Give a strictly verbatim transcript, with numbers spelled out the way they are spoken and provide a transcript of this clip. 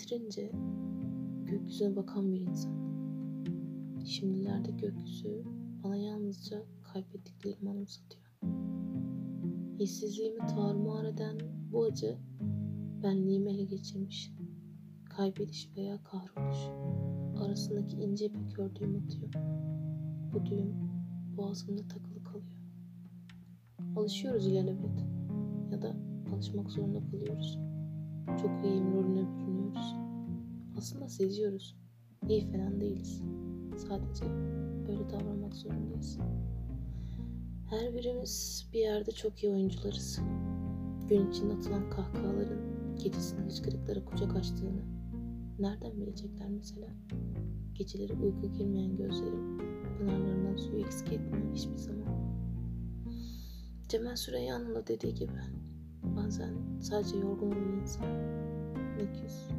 yitirince gökyüzüne bakan bir insan. Şimdilerde gökyüzü bana yalnızca kaybettiklerimi anımsatıyor. Hissizliğimi tarumar eden bu acı benliğimi ele geçirmiş. Kaybediş veya kahroluş arasındaki ince bir kör düğüm atıyor. Bu düğüm boğazımda takılı kalıyor. Alışıyoruz ilelebet ya da alışmak zorunda kalıyoruz. Çok iyiyim rolüne bürünüyoruz. Aslında seziyoruz. İyi falan değiliz. Sadece öyle davranmak zorundayız. Her birimiz bir yerde çok iyi oyuncularız. Gün içinde atılan kahkahaların gecesinde hıçkırıklara kucak açtığını nereden bilecekler mesela? Geceleri uyku girmeyen gözlerim pınarlarından suyu eksik etmiyor hiçbir zaman. Cemal Süreyya'nın da dediği gibi bazen sadece yorgun bir insan ne küs